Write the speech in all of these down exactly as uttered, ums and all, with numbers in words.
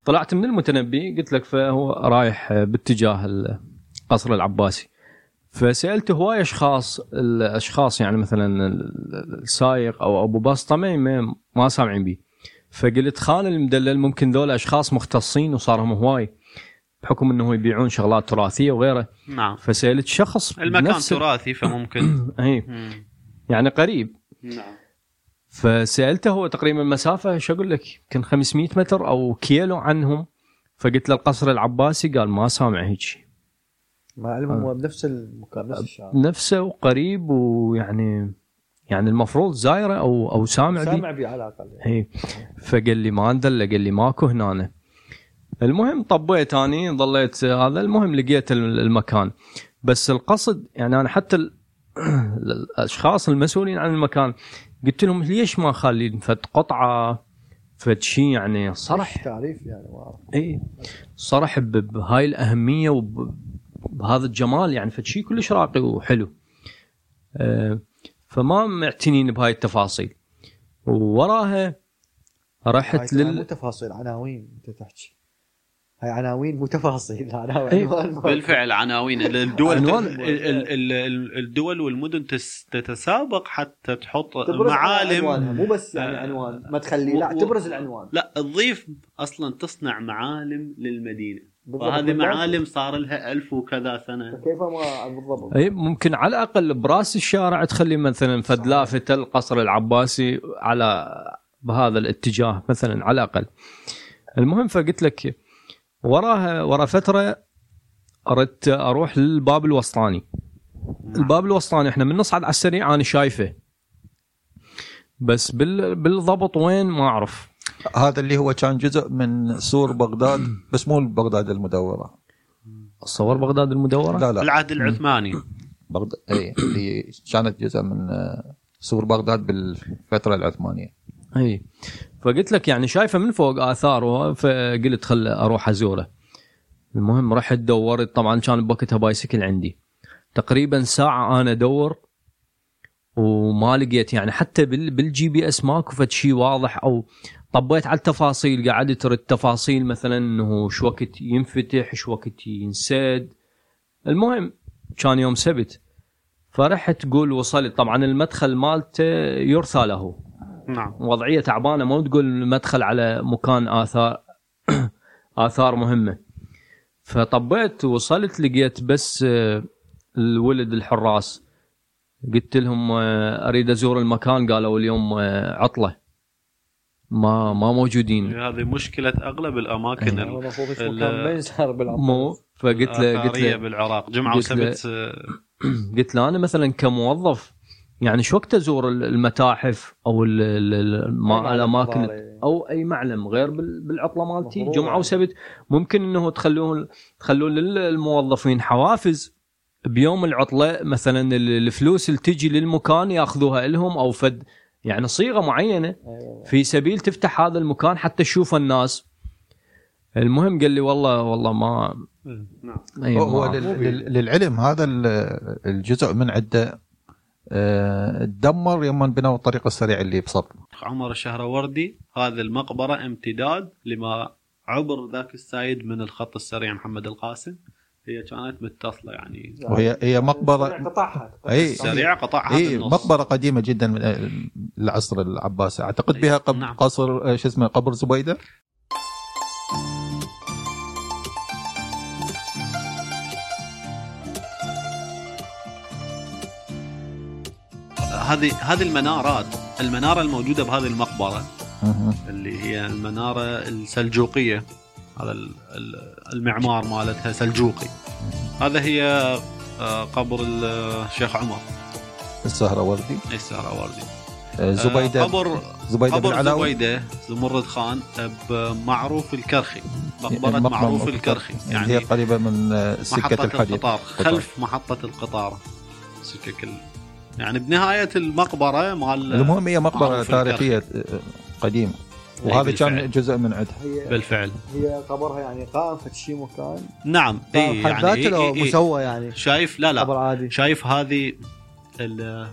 طلعت من المتنبي قلت لك فهو رايح باتجاه القصر العباسي. فسألت هواي أشخاص الأشخاص يعني مثلا السائق أو أبو بسطة ما ما سامعين بيه. فقلت خان المدلل ممكن ذول أشخاص مختصين وصارهم هواي بحكم أنه يبيعون شغلات تراثية وغيره. نعم. فسألت شخص المكان تراثي فممكن أي يعني قريب. نعم. فسألته هو تقريبا مسافة شو أقول لك يمكن خمسمية متر أو كيلو عنهم. فقلت له القصر العباسي قال ما سامع هيك شيء. ما علمهم هو بنفس المكان نفس الشارع نفسه وقريب ويعني يعني المفروض زايره او او سامع بي سامع بي على الاقل. اي فقال لي ما ندله قال لي ماكو هنا. المهم طبيت اني ضليت هذا. المهم لقيت المكان بس القصد يعني انا حتى الاشخاص المسؤولين عن المكان قلت لهم ليش ما خلين فد قطعه فد شيء يعني صرح تعريف يعني ما اعرف اي صرح بهاي الاهميه وبهذا الجمال يعني فد شيء كلش راقي وحلو. أه فما معتنين بهاي التفاصيل. ووراها رحت لل لل مو تفاصيل عناوين انت تحكي هاي عناوين مو تفاصيل عناوين. أيه. بالفعل عناوين الدول الدول والمدن تتسابق حتى تحط معالم مو بس يعني عنوان ما تخلي لا تبرز العنوان لا تضيف اصلا تصنع معالم للمدينه وهذه معالم صار لها ألف وكذا سنه. كيف ما بالضبط اي ممكن على الاقل براس الشارع تخلي مثلا فد لافته القصر العباسي على بهذا الاتجاه مثلا على الاقل. المهم فقلت لك وراها ورا فتره اردت اروح للباب الوسطاني. الباب الوسطاني احنا من نصعد على السريع انا شايفه بس بال بالضبط وين ما اعرف. هذا اللي هو كان جزء من سور بغداد بس مو بغداد المدوره. صور بغداد المدوره لا لا العهد العثماني بغداد اي اللي كانت جزء من سور بغداد بالفتره العثمانيه. اي فقلت لك يعني شايفه من فوق اثاره فقلت خل اروح ازوره. المهم رحت دورت طبعا كان بوقتها بايسكل عندي تقريبا ساعه انا ادور وما لقيت يعني حتى بالجي بي اس ماكو فد شيء واضح. او طبيت على التفاصيل قعدت ترد تفاصيل مثلا انه شو وقت ينفتح شو وقت ينسد. المهم كان يوم سبت فرحت تقول وصلت طبعا المدخل مالته يرثى له. نعم. وضعيه تعبانه مو تقول المدخل على مكان اثار اثار مهمه. فطبيت وصلت لقيت بس الولد الحراس قلت لهم اريد ازور المكان قالوا اليوم عطله ما ما موجودين. هذه مشكله اغلب الاماكن مو فقلت له قلت له بالعراق جمعه وسبت. قلت له انا مثلا كموظف يعني شو وقت ازور المتاحف او الاماكن او اي معلم غير بالعطله مالتي جمعه وسبت. ممكن انه تخلون تخلون للموظفين حوافز بيوم العطله مثلا الفلوس اللي تجي للمكان ياخذوها لهم او فد يعني صيغه معينه في سبيل تفتح هذا المكان حتى تشوف الناس. المهم قال لي والله والله ما أيوة هو للعلم هذا الجزء من عده تدمر يوم بنوا الطريق السريع اللي بصف عمر الشهروردي. هذه المقبره امتداد لما عبر ذاك السايد من الخط السريع محمد القاسم. هي كانت متصله يعني وهي هي مقبره قطعها اي سريع قطعها اي مقبره قديمه جدا من العصر العباسي اعتقد بها قبل نعم. قصر شو اسمه قبر زبيده. هذه هذه المنارات المناره الموجوده بهذه المقبره اللي هي المناره السلجوقيه. هذا المعمار مالتها سلجوقي. هذا هي قبر الشيخ عمر السهروردي. السهروردي زبيده قبر زبيده بن علاوي زبيده زمرد خان بمعروف الكرخي. مقبره معروف الكرخي يعني هي قريبه من سكه الحديد خلف محطه القطار سكك يعني بنهايه المقبره مال. المهم هي مقبره تاريخيه قديمه وهذا كان جزء من عدها. بالفعل هي قبرها يعني قائم في شيء مكان. نعم اي يعني إيه إيه مسوى يعني شايف لا لا شايف هذه ال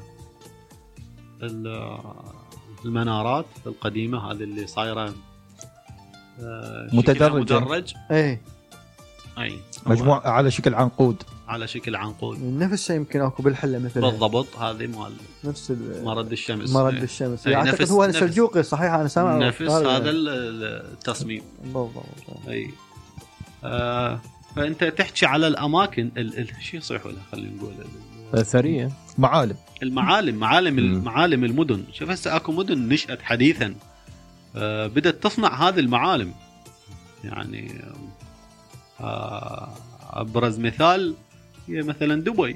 ال المنارات القديمه هذه اللي صايره آه متدرج مدرج اي اي مجموعة على شكل عنقود على شكل عنقود نفس الشيء يمكن اكو بالحله مثلا بالضبط. هذه مال نفس مرد الشمس مرد الشمس أي اعتقد نفس هو نفس السلجوقي صحيح انا سامع نفس هذا التصميم بالضبط. اي آه فانت تحكي على الاماكن ال... ال... شو يصيحوا لها خلينا نقول اثريه معالم المعالم معالم مم. المعالم المدن. شوف هسه اكو مدن نشأت حديثا آه بدأت تصنع هذه المعالم يعني آه ابرز مثال هي مثلا دبي.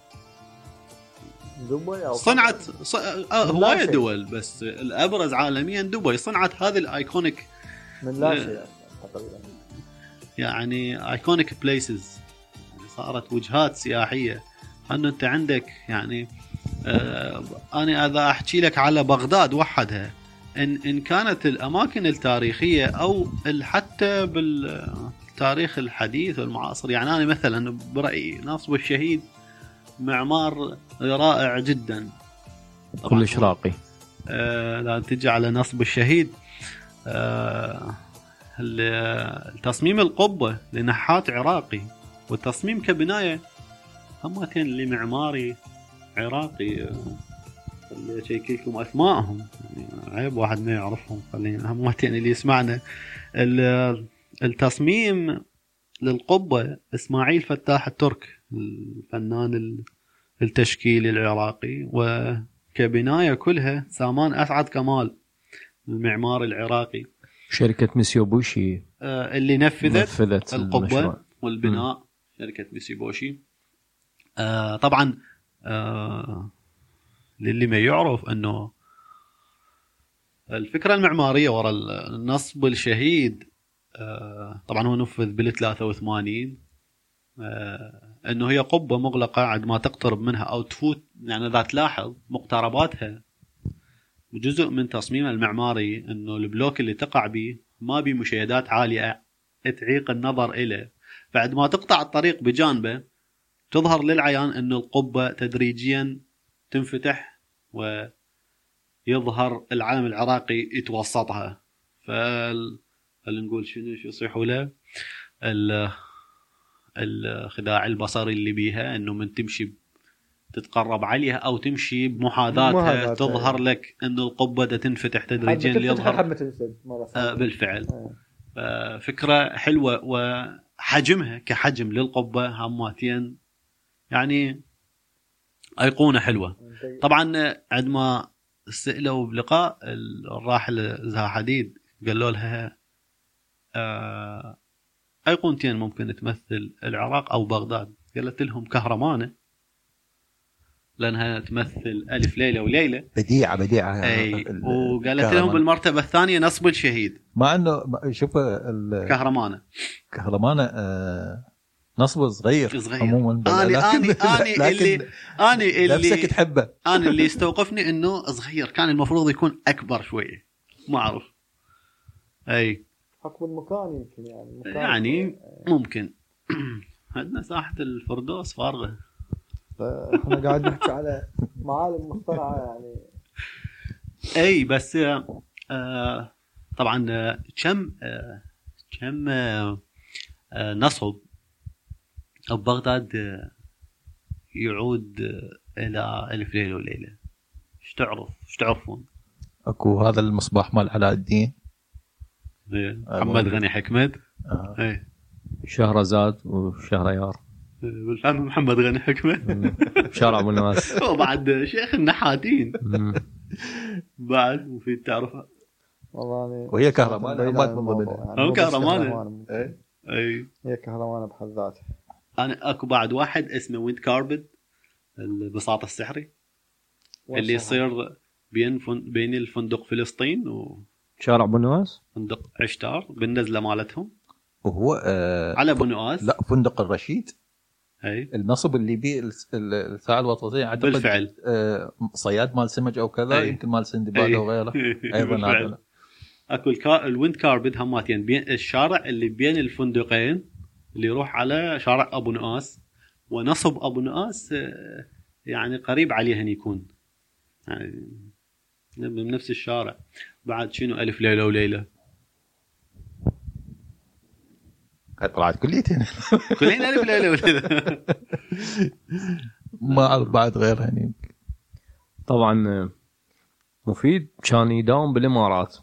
دبي او صنعت ص... آه هوايه دول بس الابرز عالميا دبي صنعت هذه الايكونيك من لا شيء تقريبا يعني ايكونيك بليسز صارت وجهات سياحيه. انه انت عندك يعني آه انا اذا احكي لك على بغداد وحدها ان ان كانت الاماكن التاريخيه او حتى بالتاريخ الحديث والمعاصر. يعني انا مثلا برايي نصب الشهيد معمار رائع جدا كلش راقي. آه لا تجي على نصب الشهيد آه التصميم القبة لنحات عراقي والتصميم كبناية همتين لمعماري عراقي. خلي أشيكلكم أسمائهم يعني عيب واحد ما يعرفهم. خلينا همتين اللي يسمعنا. التصميم للقبة إسماعيل فتاح الترك الفنان التشكيلي العراقي وكبناية كلها سامان أسعد كمال المعمار العراقي. شركة ميسيوبوشي آه اللي نفذت, نفذت القبة المشروع. والبناء. م. شركة ميسيوبوشي. آه طبعا آه للي ما يعرف أنه الفكرة المعمارية وراء النصب الشهيد آه طبعا هو نفذ بالثلاثة وثمانين. آه أنه هي قبة مغلقة عند ما تقترب منها أو تفوت يعني إذا تلاحظ مقترباتها وجزء من تصميم المعماري أنه البلوك اللي تقع به ما بي مشيدات عالية تعيق النظر إليه. بعد ما تقطع الطريق بجانبه تظهر للعيان أنه القبة تدريجيا تنفتح ويظهر العلم العراقي يتوسطها. فال نقول شنو شو يصيحوا له الخداع البصري اللي بيها أنه من تمشي تتقرب عليها أو تمشي بمحاذاتها تظهر لك أن القبة تنفتح تدريجيا ليظهر آه بالفعل. آه فكرة حلوة وحجمها كحجم للقبة هماتين يعني أيقونة حلوة. طبعا عندما سئلوا بلقاء الراحل زها حديد قالوا لها آه أيقونتين ممكن تمثل العراق أو بغداد. قالت لهم كهرمانة لأنها تمثل ألف ليلة وليلة بديعة بديعة. أي وقالت لهم بالمرتبة الثانية نصب الشهيد. مع أنه شوف كهرمانة كهرمانة آه نصب صغير صغير عموما. أنا أنا أنا اللي أنا اللي نفسك تحبه. أنا اللي استوقفني إنه صغير كان المفروض يكون أكبر شوية ما أعرف. أي حكم المكان يمكن يعني مكان يعني ممكن عندنا ساحة الفردوس فارغة. احنا قاعد نحكي على معالم مخترعة يعني. اي بس آه طبعا آه كم آه كم آه آه نصب ببغداد آه يعود آه الى الف ليلة وليلة. ايش تعرف ايش تعرفون؟ اكو هذا المصباح مال علاء الدين محمد غني حكمت. آه. اي شهرزاد وشهريار بالفهم محمد غني حكمة شارع ابو الناس وبعد شيخ النحاتين بعد وفي تعرفها والله وهي كهرمانة هم كهرمانة. اي اي هي كهرمانة بحد ذاتها. انا اكو بعد واحد اسمه ويند كاربت البساط السحري اللي يصير بين فن... بين الفندق فلسطين وشارع ابو الناس فندق عشتار بالنزلة مالتهم وهو آه على ابو نواس. لا فندق الرشيد. اي النصب اللي بيه الساعه الوطنيه اعتقد بالفعل آه صياد مال سمك او كذا. أي. يمكن مال سندباد او غيره ايضا هذا. اكو الكا... الويند كاربت هماتين بين الشارع اللي بين الفندقين اللي يروح على شارع ابو نواس. ونصب ابو نواس يعني قريب عليهن يكون يعني بنفس الشارع. بعد شنو ألف ليلة وليلة طلعت كليتين كلين ألف ليلة وليلة. ما أعرف بعد غير يعني. طبعا مفيد كان يداوم بالإمارات.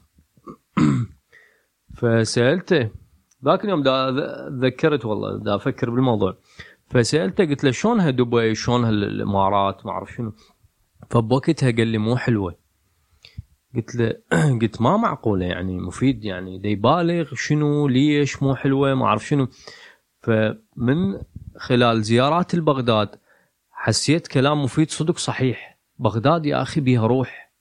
فسألته ذاك اليوم دا ذكرت والله دا أفكر بالموضوع. فسألته قلت له شلونها دبي شلونها الإمارات ما أعرف شنو. فبوقتها قال لي مو حلوة. قلت له قلت ما معقولة يعني مفيد يعني دا يبالغ شنو ليش مو حلوة ما أعرف شنو. فمن خلال زيارات البغداد حسيت كلام مفيد صدق صحيح. بغداد يا أخي بيها روح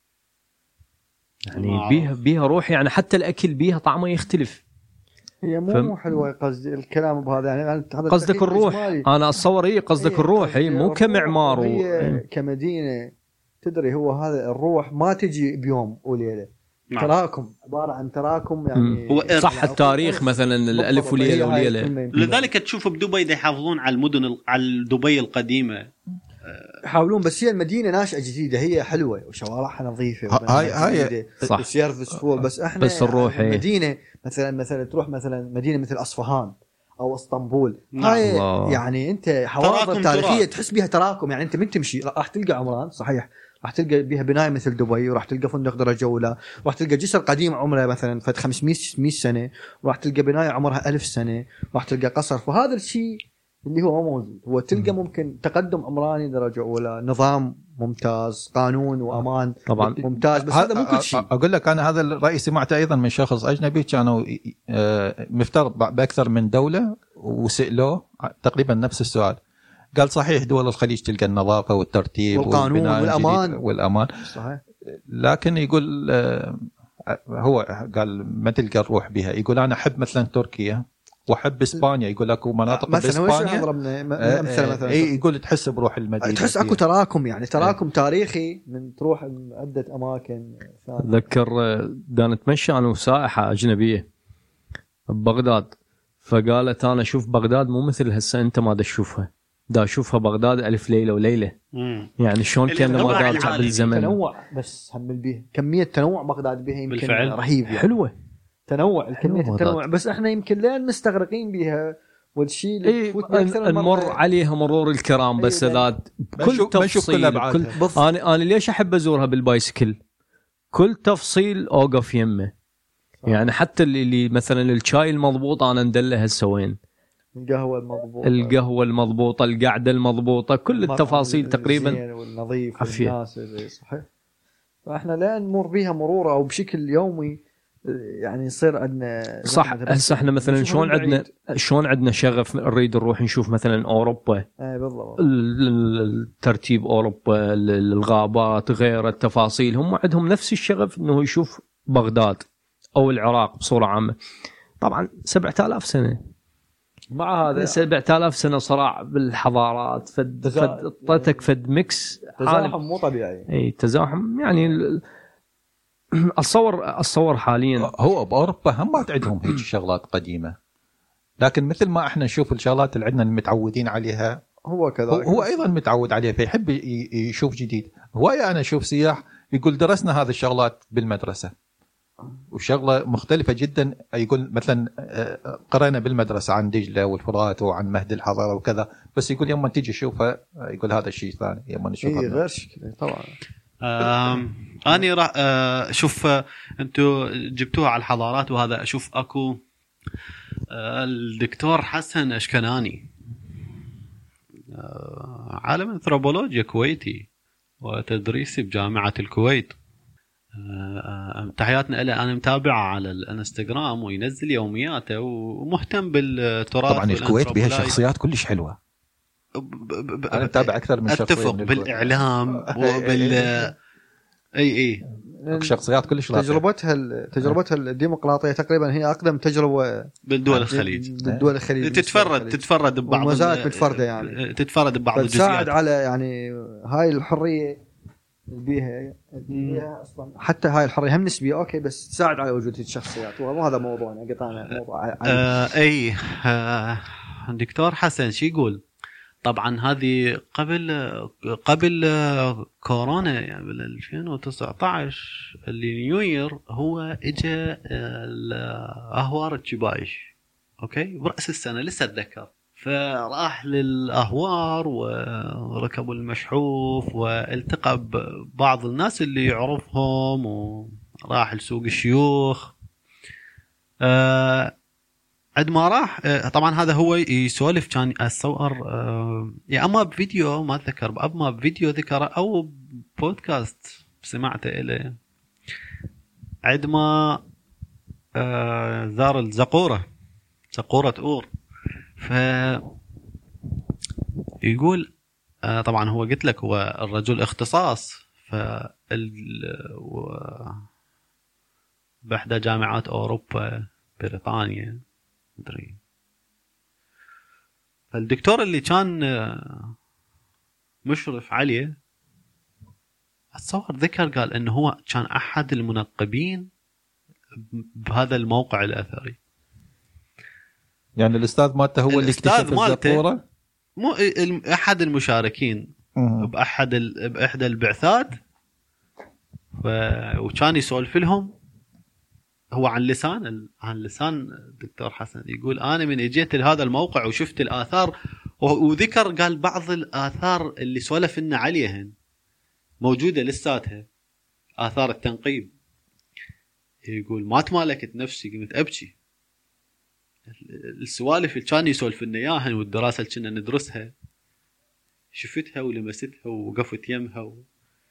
يعني بيها بيها روح يعني حتى الأكل بيها طعمه يختلف. هي مو مو حلوة قصدي الكلام بهذا يعني قصدك الروح إجمالي. أنا أتصور إيه قصدك إيه الروح هي مو كمعمار و... كمدينة تدري هو هذا الروح ما تجي بيوم وليلة نعم. تراكم عبارة عن تراكم يعني هو صح التاريخ مثلا الألف وليلة وليلة. لذلك تشوف بدبي دا يحافظون على المدن على دبي القديمة يحاولون بس هي المدينة ناشئة جديدة هي حلوة وشوارعها نظيفة هاي هاي صح سيرفس فول بس احنا بس الروح يعني مدينة مثلا مثلا تروح مثلا مدينة مثل أصفهان أو اسطنبول نعم. هاي يعني أنت حواضر تاريخية تحس بيها تراكم يعني أنت من تمشي راح تلقى عمران صحيح راح تلقى بيها بناية مثل دبي وراح تلقى فندق درجة أولى وراح تلقى جسر قديم عمره مثلا فت خمسمية سنة وراح تلقى بناية عمرها ألف سنة وراح تلقى قصر. فهذا الشيء اللي هو موجود هو تلقى ممكن تقدم عمراني درجة أولى نظام ممتاز قانون وأمان طبعا ممتاز بس هذا مو كل شيء. أقول لك أنا هذا الرأي سمعته أيضا من شخص أجنبي كانوا مفترض بأكثر من دولة وسألوه تقريبا نفس السؤال قال صحيح دول الخليج تلقى النظافة والترتيب والقانون والأمان والأمان صحيح لكن يقول هو قال ما تلقى الروح بها. يقول أنا أحب مثلا تركيا وحب اسبانيا يقول لك مناطق باسبانيا مثلا اي يقول تحس بروح المدينه تحس اكو تراكم يعني تراكم ايه. تاريخي من تروح عده اماكن. اتذكر دا نتمشى انا وسائحه اجنبيه ببغداد فقالت انا اشوف بغداد مو مثل هسه انت ما دا تشوفها دا اشوفها بغداد الف ليله وليله مم. يعني شلون كان ما راجع بالزمن تنوع بس هم بيها كميه تنوع بغداد بها يمكن بالفعل. رهيب يعني. حلوه تنوع الكمية التنوع بس احنا يمكن لين مستغرقين بيها والشيء اللي إيه نمر عليها مرور الكرام بس إيه ذات كل تفصيل كل انا انا ليش احب ازورها بالبايسكل كل تفصيل اوقف يمه يعني حتى اللي, اللي مثلا الشاي المضبوط انا ندله هسه وين القهوه المضبوطه القهوه المضبوطه القعده المضبوطه كل التفاصيل تقريبا والنظيف والناس صحيح. فاحنا لا نمر بيها مرور او بشكل يومي يعني يصير عندنا صح. هسه احنا مثلا شلون عندنا شلون عندنا شغف نريد نروح نشوف مثلا اوروبا اي بالضبط الترتيب اوروبا الغابات غير التفاصيل هم عندهم نفس الشغف انه يشوف بغداد او العراق بصوره عامه. طبعا سبعة آلاف سنه مع هذا سبعة آلاف سنه صراع بالحضارات فد فد طتك فد ميكس تزاحم مو طبيعي. اي تزاحم يعني اتصور اتصور حاليا هو باوروبا هم ما عندهم هيك شغلات قديمه لكن مثل ما احنا نشوف الشغلات اللي عندنا المتعودين عليها هو كذلك هو ايضا متعود عليها فيحب يشوف جديد. هوايه انا اشوف سياح يقول درسنا هذه الشغلات بالمدرسه وشغله مختلفه جدا. يقول مثلا قرأنا بالمدرسه عن دجله والفرات وعن مهد الحضاره وكذا بس يقول يوم تيجي تشوفها يقول هذا الشيء ثاني يوم نشوفه إيه غير شكل طبعا. أنا راح أشوف أنتوا جبتوها على الحضارات وهذا أشوف أكو الدكتور حسن أشكناني عالم أنثروبولوجيا كويتي وتدريسي بجامعة الكويت. تحياتنا له أنا متابعه على الانستغرام وينزل يومياته ومهتم بالتراث. طبعا الكويت بها شخصيات كلش حلوة أنا متابع أكثر من شخصية. أتفق بالإعلام وبال اي اي شخصيات كلش رائعة. تجربتها تجربتها الديمقراطيه تقريبا هي اقدم تجربه بالدول الخليج بالدول الخليج تتفرد تتفرد ببعض المزايا متفرده يعني تتفرد ببعض الجزئيات تساعد على يعني هاي الحريه بيها بيها اصلا حتى هاي الحريه هم نسبيه اوكي بس تساعد على وجود الشخصيات وهذا موضوعنا قطعنا موضوع آه اي آه دكتور حسن شو يقول. طبعا هذه قبل قبل كورونا يعني بال ألفين وتسعة عشر اللي نيوير هو اجى اهوار الشبايش اوكي براس السنه لسه اتذكر. فراح للاهوار وركبوا المشحوف والتقى ببعض الناس اللي يعرفهم وراح لسوق الشيوخ. أه عد ما راح أه طبعا هذا هو يسولف كان اتصور أه يا اما بفيديو ما اتذكر اما بفيديو ذكره او بودكاست سمعته له. عد ما أه زار الزقوره زقوره اور. ف يقول آه طبعا هو قلت لك هو الرجل اختصاص ف و... باحدى جامعات اوروبا بريطانيا مدري. فالدكتور اللي كان مشرف عليه اتصور ذكر قال انه هو كان احد المنقبين بهذا الموقع الاثري. يعني الاستاذ مالته هو اللي اكتشف الزقوره، مو احد المشاركين مم. باحد ال... باحدى البعثات. ف... وكان يسولف لهم هو عن لسان ال... عن لسان الدكتور حسن. يقول انا من اجيت لهذا الموقع وشفت الاثار و... وذكر قال بعض الاثار اللي سولف لنا عليها موجوده لساتها آثار التنقيب. يقول ما تمالكت نفسي قمت أبكي. السوالف اللي كان يسولف لنا إياها والدراسة اللي كنا ندرسها شفتها ولمستها ووقفت يمها و...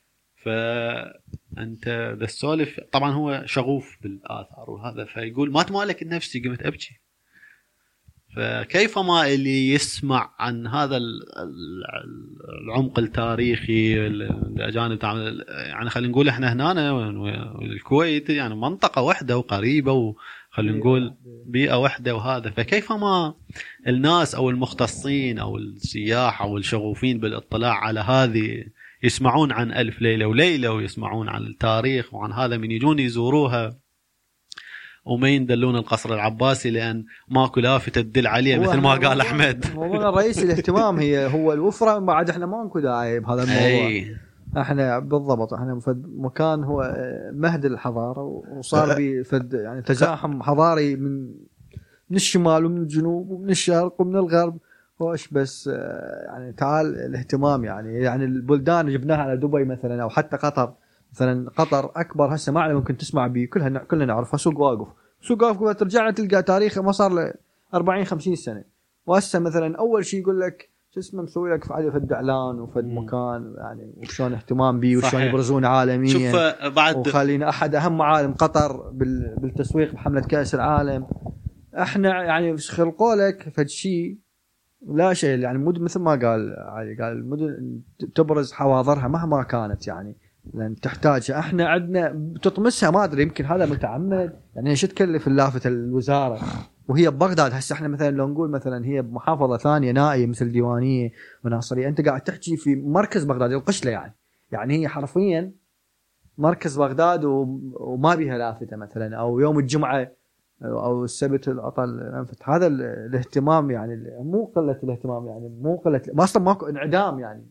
فأنت ذا السوالف طبعا هو شغوف بالآثار وهذا. فيقول ما تمالك نفسي قمت أبكي. فكيف ما اللي يسمع عن هذا العمق التاريخي الأجانب يعني خلينا نقول احنا هنا والكويت يعني منطقة واحدة وقريبة وخلينا نقول بيئة واحدة وهذا. فكيف ما الناس أو المختصين أو السياح أو الشغوفين بالاطلاع على هذه يسمعون عن ألف ليلة وليلة ويسمعون عن التاريخ وعن هذا من يجون يزوروها وما يندلون القصر العباسي لأن ماكو لافتة تدل عليه مثل ما قال أحمد. موضوع الرئيسي الاهتمام هي هو الوفرة. بعد احنا ما نكو داعي بهذا الموضوع. أي. احنا بالضبط احنا في مكان هو مهد الحضارة وصار بفد يعني تزاحم حضاري من من الشمال ومن الجنوب ومن الشرق ومن الغرب. هوش بس يعني تعال الاهتمام يعني يعني البلدان جبناها على دبي مثلا أو حتى قطر مثلا. قطر أكبر هسه معلم ممكن تسمع به كلها كلنا نعرفها سوق واقف. سوق واقف ترجع تلقى تاريخه ما صار له أربعين خمسين سنة. وهسه مثلا أول شيء يقول لك شو اسمه مسوي لك فعالية فد إعلان وفد مكان يعني وشون اهتمام به وشون يبرزون عالميا. شوف بعد وخلينا أحد أهم معالم قطر بالتسويق بحملة كأس العالم. احنا يعني خلقوا لك فد شيء لا شيء يعني مدن مثل ما قال علي قال المدن تبرز حواضرها مهما كانت يعني لأن تحتاجها. احنا عندنا تطمسها ما ادري يمكن هذا متعمد يعني ايش تكلف اللافته الوزاره وهي ببغداد. هسه احنا مثلا لو نقول مثلا هي بمحافظه ثانيه نائيه مثل ديوانيه وناصريه انت قاعد تحكي في مركز بغداد القشله يعني يعني هي حرفيا مركز بغداد وما بيها لافته مثلا او يوم الجمعه او السبت العطل انفت. هذا الاهتمام يعني مو قله الاهتمام يعني مو قله ما اصلا ماكو انعدام يعني.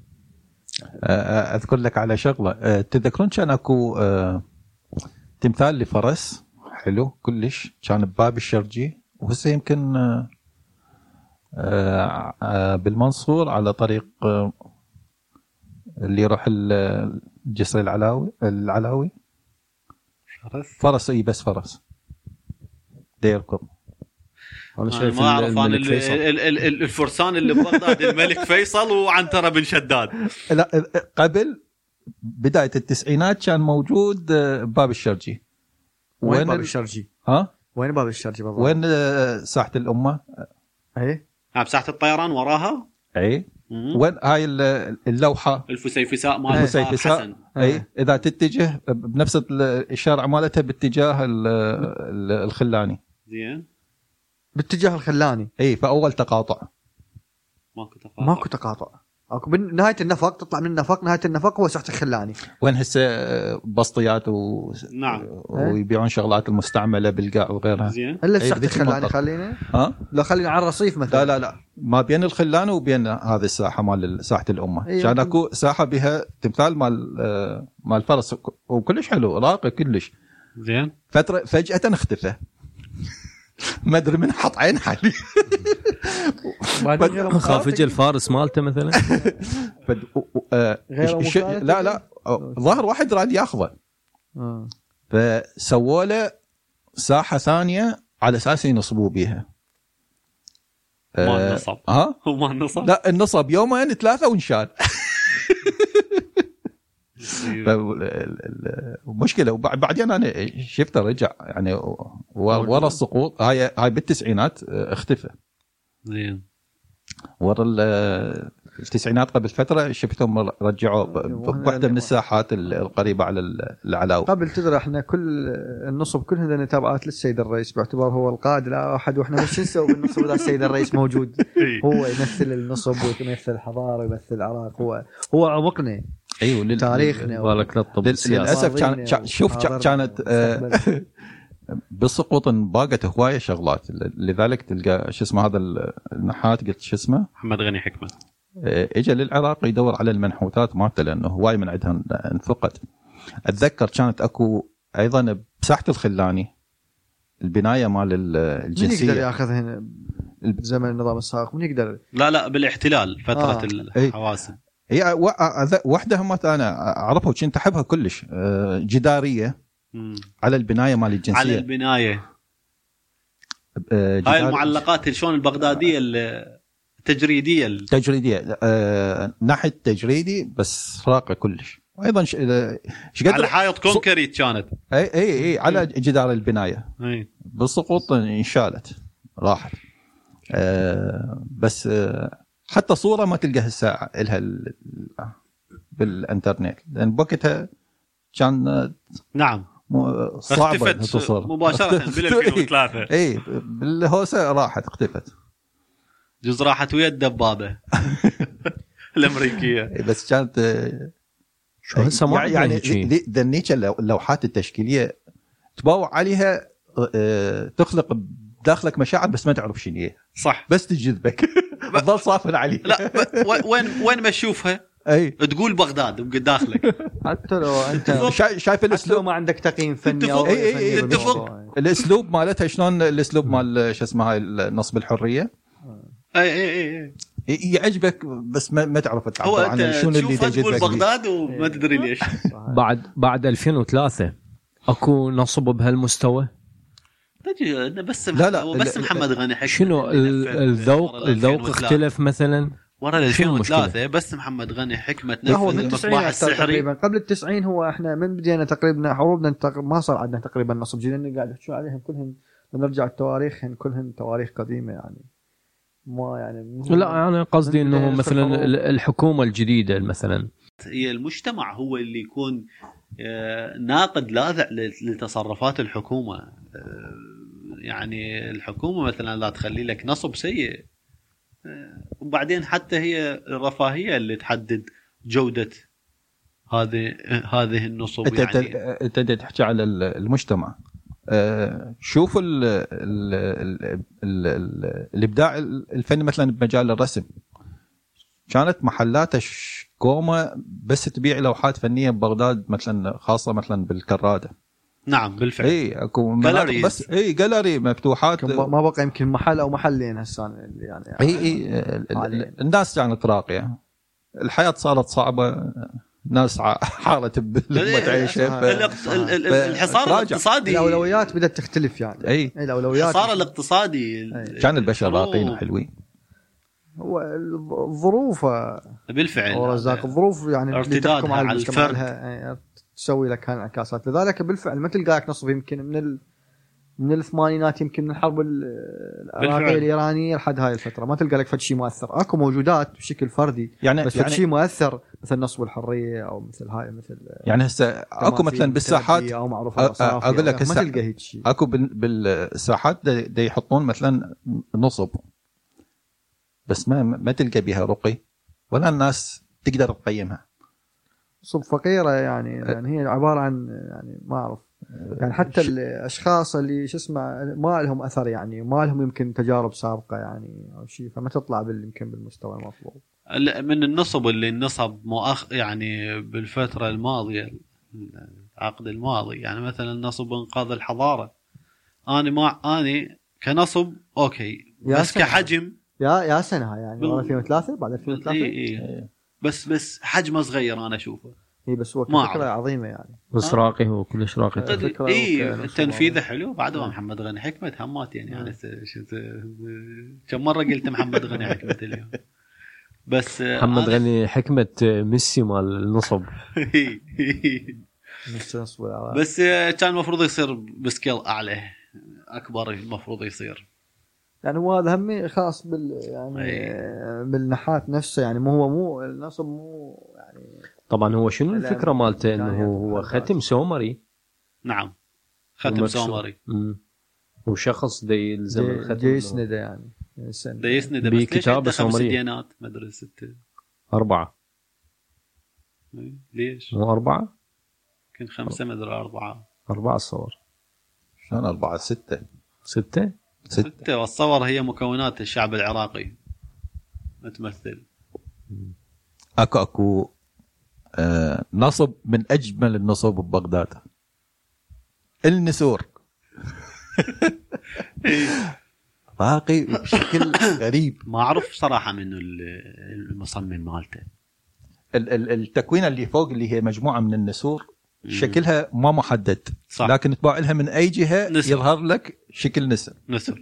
اذكر لك على شغله تذكرون كان اكو تمثال لفرس حلو كلش كان بباب الشرجي وهسه يمكن بالمنصور على طريق اللي يروح الجسر العلاوي العلاوي فرس فرس اي بس فرس ديركم. أنا شايف ما أعرف عن الفرسان اللي ببغداد الملك فيصل وعنترة بن شداد. لا قبل بداية التسعينات كان موجود باب الشرجي. وين باب الشرجي؟ ها؟ وين باب الشرجي بالضبط؟ وين ساحة الأمة؟ إيه؟ نعم ساحة الطيران وراها. إيه. وين هاي اللوحة؟ الفسيفساء مال الفسيفساء. إيه. إذا تتجه بنفس الشارع مالتها باتجاه الخلاني. زين. باتجاه الخلاني. اي فاول تقاطع ماكو تقاطع ماكو تقاطع اكو بنهايه النفق تطلع من النفق نهايه النفق هو ساحه الخلاني وين هسه بسطيات و... نعم ويبيعون شغلات المستعمله بالقاع وغيرها. زين الا ساحه الخلاني خلينا ها لا خلينا على الرصيف مثلا. لا لا لا ما بين الخلاني وبين هذه الساحه مال ساحه الامه. إيه كان اكو ساحه بها تمثال مال مال فرس وكلش حلو راقي كلش. زين فتره فجاه اختفى ما ادري من حط عين حالي. خاف يجي الفارس مالته مثلا. لا لا ظهر واحد راد ياخذه فسووا له ساحه ثانيه على اساس ينصبوا بيها. ما النصب ها هو ما النصب لا النصب يومين ثلاثه وانشال. مشكله. وبعدين انا شفته رجع يعني ورا السقوط. هاي هاي بالتسعينات اختفى. زين ورا التسعينات قبل فتره شفتهم رجعوا بواحده من الساحات القريبه على العلاوي. قبل تدري احنا كل النصب كلها تابعات للسيد الرئيس باعتبار هو القائد الاوحد واحنا مش نسوي بالنصب اذا السيد الرئيس موجود. هو يمثل النصب ويمثل الحضاره ويمثل العراق. هو هو عمقنا ايوه تاريخنا بالك للاسف كان شوف كانت بالسقوط انباقت هوايه شغلات. لذلك تلقى شو اسمه هذا النحات قلت شو اسمه محمد غني حكمه اجى للعراق يدور على المنحوتات مالته لانه هواي من عندها انفقد. اتذكر كانت اكو ايضا بساحه الخلاني البنايه مال الجنسيه. من يقدر ياخذها هنا بزمن النظام السابق؟ من يقدر؟ لا لا بالاحتلال فتره آه. الحواسم هي واحده هم انا اعرفها وكنت احبها كلش. جداريه مم. على البنايه مال الجنسيه على البنايه هاي المعلقات شلون البغداديه التجريديه التجريديه آه ناحيه تجريدي بس راقه كلش. وايضا ش... ش على حائط كونكريت كانت اي اي اي على جدار البنايه اي بالسقوط انشالت راحت. آه بس آه حتى صوره ما تلقى هسه لها ال... بالانترنت لان بوقتها كان نعم صعبه تصور مباشره بال ألفين وثلاثة. اي بالهوسه راحت اختفت. جزء راحت ويا الدبابه الامريكيه. بس كانت شو هسه ما يعني ذنيك اللوحات التشكيليه تباوع عليها تخلق داخلك مشاعر بس ما تعرف شنو هي. صح بس تجذبك تظل صافن عليها. لا وين وين ما تشوفها اي تقول بغداد داخلك. حتى لو انت شايف الاسلوب ما عندك تقييم فني او اي اي اتفق. الاسلوب مالتها شلون الاسلوب مال شو اسمه هاي النصب الحريه. اي اي اي يعجبك بس ما, ما تعرف تعبر عن شنو اللي تجذبك بغداد وما تدري ليش. بعد بعد ألفين وثلاثة اكو نصب بهالمستوى. بس لا لا بس محمد غني حكي شنو الذوق الذوق اختلف مثلا ورا ألفين وثلاثة بس محمد غني حكمة نفذ المصباح السحري تقريبا. قبل التسعين هو احنا من بدينا تقريبا حروبنا ما صار عندنا تقريبا نصب جينا قاعد نحكي عليهم كلهم نرجع التواريخ كلهم تواريخ قديمه يعني ما يعني. لا انا يعني قصدي انه مثلا الحكومه الجديده مثلا هي المجتمع هو اللي يكون ناقد لاذع لتصرفات الحكومه. يعني الحكومه مثلا لا تخلي لك نصب سيء وبعدين حتى هي الرفاهيه اللي تحدد جوده هذه هذه النصب. انت يعني انت تحكي على المجتمع. شوف ال ال ال ال الابداع الفني مثلا بمجال الرسم كانت محلاتها قومه بس تبيع لوحات فنيه ببغداد مثلا خاصه مثلا بالكراده. نعم بالفعل. اي اكو بس اي جاليري مفتوحات ما بقى يمكن محل او محلين هسه يعني. اي اي الناس كانت راقيه. الحياه صارت صعبه. ناس حارت بالمتعيشه. الحصار الاقتصادي الاولويات بدات تختلف يعني. اي الاولويات الحصار الاقتصادي كان البشر راقين وحلوين. هو الظروف بالفعل ورزاق الظروف يعني اللي تحكم على الفرد تسوي لك هالانعكاسات. لذلك بالفعل ما تلقى لك نصب يمكن من ال... من الثمانينات يمكن من الحرب العراقيه الايرانيه لحد هاي الفتره ما تلقى لك فد شيء مؤثر. اكو موجودات بشكل فردي يعني بس يعني فد شيء مؤثر مثل نصب الحريه او مثل هاي مثل يعني هسه اكو مثلا بالساحات او معروف اقول لك ما تلقى هيك شيء. اكو بالساحات دا يحطون مثلا نصب بس ما ما تلقى بها رقي ولا الناس تقدر تقيمها. نصب فقيره يعني يعني هي عباره عن يعني ما اعرف يعني حتى الاشخاص اللي شو اسمه ما لهم اثر يعني ما لهم يمكن تجارب سابقه يعني او شيء فما تطلع بال يمكن بالمستوى المطلوب. من النصب اللي نصب مؤخ يعني بالفتره الماضيه العقد الماضي يعني مثلا نصب انقاذ الحضاره. انا ما اني كنصب اوكي يا بس سنة. كحجم يا يا سنه يعني بال- ألفين وثلاثة بعد ألفين وثلاثة اي اي بس بس حجمه صغير انا اشوفه اي بس هو ما فكره أعرف. عظيمه يعني بس راقي هو كلش راقي. آه. فكرة اي وكنصب تنفيذه عظيم. حلو بعد ما محمد غني حكمة همات يعني يعني شفت كم مره قلت محمد غني حكمة اليوم بس محمد أنا- غني حكمة ميسي مال النصب. نص نص ولا- بس كان المفروض يصير بسكيل اعلى اكبر المفروض يصير يعني هو هذا هم خاص بال يعني أي. بالنحات نفسه يعني مو هو مو النصب مو يعني طبعا هو شنو لا، الفكرة مالته انه إمكانيات هو محددة. ختم سومري. نعم ختم ومكسور. سومري مم. وشخص دي يلزم جي, الختم جي إنه يسنده يعني السنة. ده يسند بس ليش بكتابة عنده خمس سومرية. ديانات ما ادري ستة أربعة ليش مو أربعة يمكن خمسة ما ادري أربعة أربعة الصور شلون أربعة ستة ستة ستة ستة والصور هي مكونات الشعب العراقي متمثل اكو اكو آه نصب من اجمل النصب ببغداد النسور باقي بشكل غريب. ما اعرف صراحة منه المصمم مالته ال- ال- التكوينه اللي فوق اللي هي مجموعه من النسور شكلها ما محدد صح. لكن تباع لها من اي جهه نسر. يظهر لك شكل نسر نسر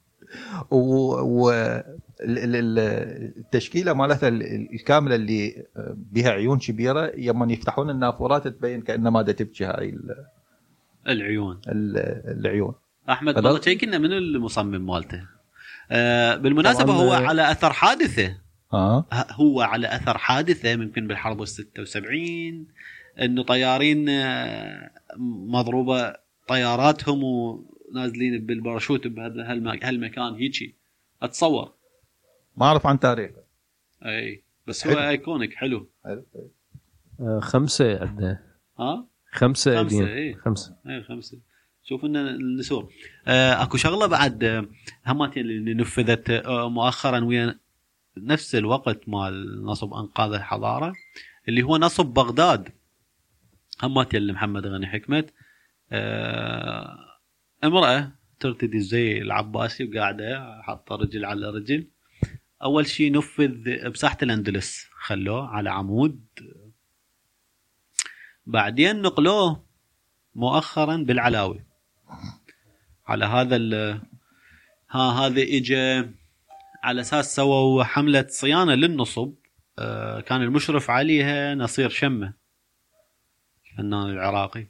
والتشكيله مالتها ال- الكامله اللي بها عيون كبيره لما يفتحون النافورات تبين كانما دا تبكي هاي ال- العيون ال- العيون. احمد فلا- والله شيكنا من المصمم مالته آه بالمناسبة طبعاً هو آه. على اثر حادثة اه هو على اثر حادثه ممكن بالحرب الستة وسبعين انه طيارين آه، مضروبه طياراتهم ونازلين بالباراشوت بهذا هالم- هالمكان هيجي اتصور ما اعرف عن تاريخ. اي بس هو حلو. ايكونيك حلو آه، خمسة عندنا ها خمسة خمسة، دين. إيه. خمسة اي خمسه شوف ان النسور آه، اكو شغله بعد آه، همات اللي نفذت آه، مؤخرا ويا نفس الوقت مال نصب انقاذ الحضاره اللي هو نصب بغداد همات اللي محمد غني حكمة آه، امرأة ترتدي زي العباسي وقاعدة حاطة رجل على رجل. أول شيء نفذ بساحة الأندلس خلوه على عمود بعدين نقلوه مؤخرا بالعلاوي على هذا ال ها هذا إجا على أساس سووا حملة صيانة للنصب آه، كان المشرف عليها نصير شمة الفنان العراقي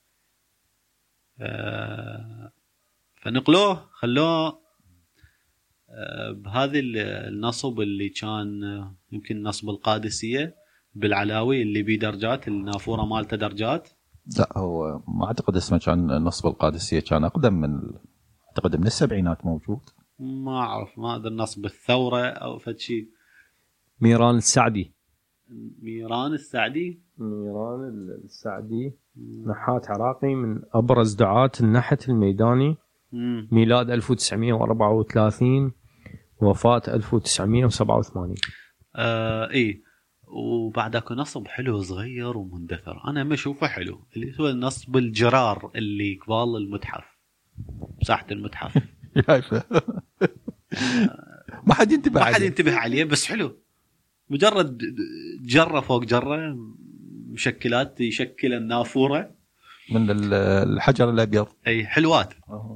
آه، فنقلوه خلوه آه، بهذه النصب اللي كان آه، يمكن نصب القادسية بالعلاوي اللي بيه درجات النافورة مالته درجات. لا هو ما اعتقد اسمه كان نصب القادسيه كان اقدم من اعتقد من السبعينات موجود. ما أعرف ما أدري نصب الثورة أو فشي. ميران السعدي ميران السعدي ميران السعدي نحات عراقي من أبرز دعاة النحت الميداني. مم. ميلاد ألف وتسعمائة وأربعة وثلاثين وفاة ألف وتسعمائة وسبعة وثمانين. آه إيه وبعد اكو نصب حلو صغير ومندثر انا ما اشوفه حلو اللي هو نصب الجرار اللي قبال المتحف مساحه المتحف ما حد ينتبه ما حد عليه. ينتبه عليه بس حلو مجرد جره فوق جره مشكلات يشكل النافوره من ال- الحجر الابيض. اي حلوات.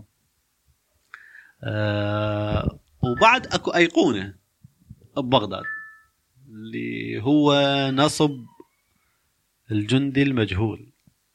آه وبعد اكو ايقونه ببغداد اللي هو نصب الجندي المجهول.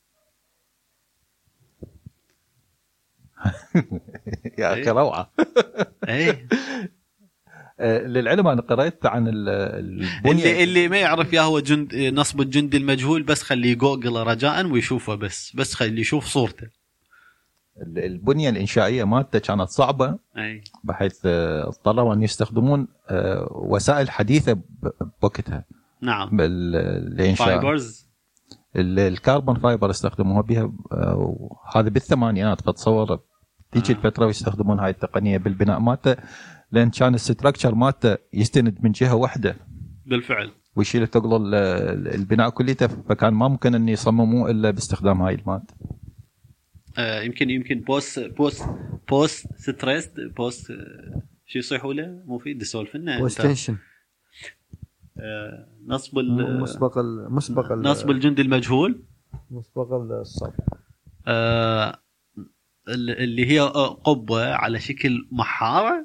يا اخي روعه. اي آه، للعلم انا قرأت عن ال- البنيه اللي اللي ما يعرف يا هو جند نصب الجندي المجهول بس خليه جوجل رجاء ويشوفه بس بس خليه يشوف صورته. البنيه الانشائيه مالته كانت صعبه اي بحيث آه، اضطروا ان يستخدمون آه، وسائل حديثه ب- بوقتها نعم بالانشاء. فايبرز ال- الكربون فايبر استخدموها بها آه، وهذا بالثمانينات بتصور تيجي آه. الفتره ويستخدمون هاي التقنيه بالبناء مالته لان كان الستراكشر مالته يستند من جهه واحده بالفعل ويشيل ثقل ال- ال- البناء كليته فكان ما ممكن ان يصمموه الا باستخدام هاي الماده. آه يمكن يمكن بوست بوست بوست ستريس بوست آه شو يصيحوا له مفيد يسولف لنا بوست تنشن آه نصب ال مسبق ال مسبق ال نصب الجندي المجهول مسبق الصف آه اللي هي قبة على شكل محارة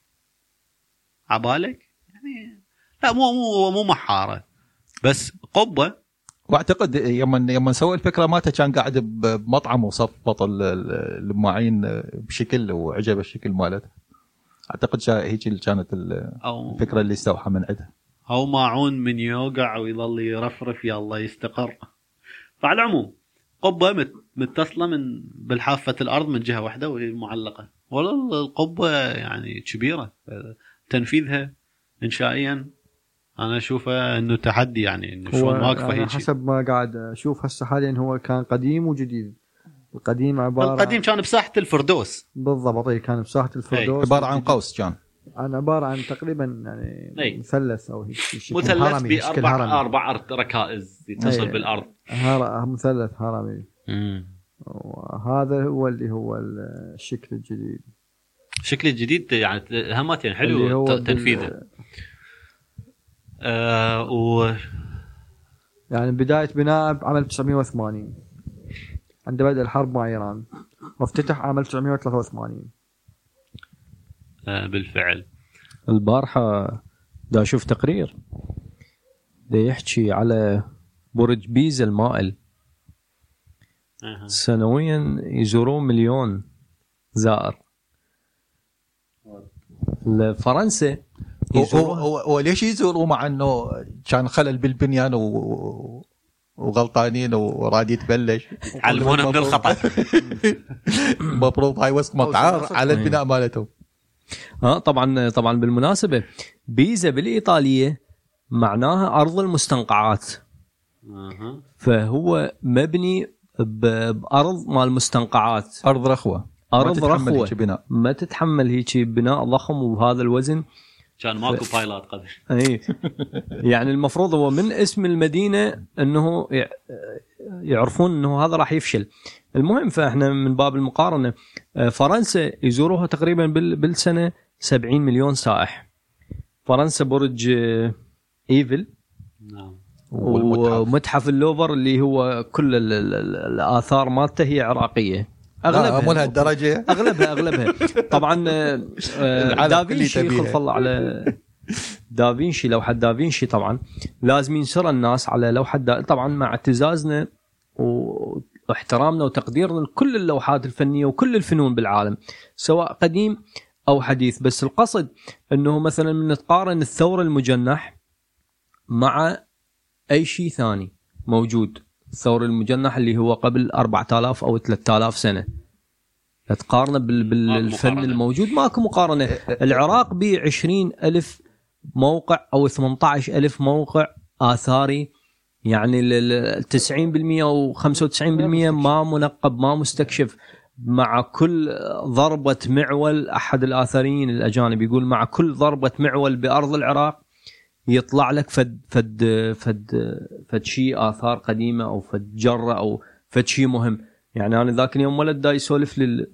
عبالك يعني لا مو مو مو محارة بس قبة. واعتقد يوم يوم سوى الفكره مالته كان قاعد بمطعم وصفط المعين بشكل وعجب الشكل مالته. اعتقد هيك كانت الفكره اللي استوحى من عندها. او ماعون من يوقع ويظل يرفرف يا الله يستقر. فعلى العموم قبه متصله من بالحافه الارض من جهه واحده وهي معلقه. والله القبه يعني كبيره تنفيذها انشائيا انا اشوفه انه تحدي يعني انه شلون واقفه هيك. حسب ما قاعد اشوف هسه حاليا هو كان قديم وجديد. القديم عباره القديم كان بساحه الفردوس بالضبط. كان بساحه الفردوس عباره عن قوس كان عن عباره عن تقريبا يعني أي. مثلث او هيك شكل مثلث باربع اربع ركائز يتصل أي. بالارض هر... مثلث هرمي. امم وهذا هو اللي هو الشكل الجديد. الشكل الجديد يعني همتين حلو تنفيذه بال... آه و يعني بداية بناء بعام ألف وتسعمية وثمانين عند بدء الحرب مع إيران وافتتح عام ألف وتسعمية وثلاثة وثمانين. آه بالفعل البارحة دا أشوف تقرير دا يحكي على برج بيزا المائل أه. سنويا يزورون مليون زائر. لفرنسا وليش يزوروا مع انه كان خلل بالبنيان و... وغلطانين وراد يتبلش علمونا من الخطا. المفروض هاي وصمة عار على البناء مالتهم. اه طبعا طبعا بالمناسبة بيزا بالإيطالية معناها أرض المستنقعات. أه. فهو مبني بأرض مال مستنقعات. أرض رخوة أرض رخوة ما تتحمل هيك بناء ضخم وبهذا الوزن. كان ماكو ف... بايلات قبل. اي يعني المفروض هو من اسم المدينة انه يعرفون انه هذا راح يفشل. المهم فاحنا من باب المقارنة فرنسا يزوروها تقريبا بالسنة سبعين مليون سائح. فرنسا برج ايفل نعم ومتحف اللوفر اللي هو كل الآثار مالته هي عراقية اغلبها مو لهالدرجه. اغلبها اغلبها طبعا دافينشي خلف الله على دافينشي لوحه دافينشي طبعا لازم ينسر الناس على لوحه دا... طبعا مع اعتزازنا واحترامنا وتقديرنا لكل اللوحات الفنيه وكل الفنون بالعالم سواء قديم او حديث. بس القصد انه مثلا من نتقارن الثور المجنح مع اي شيء ثاني موجود. الثور المجنح اللي هو قبل أربعة آلاف أو ثلاثة آلاف سنة تقارنه بالفن الموجود ماكو مقارنة. العراق بيه عشرين ألف موقع أو ثمانية عشر ألف موقع آثاري يعني التسعين بالمئة أو خمسة وتسعين بالمئة ما منقب ما مستكشف. مع كل ضربة معول أحد الآثاريين الأجانب يقول مع كل ضربة معول بأرض العراق يطلع لك فد فد فد فد شيء آثار قديمة أو فد جرة أو فد شيء مهم. يعني أنا ذاك اليوم ولد دا يسولف لي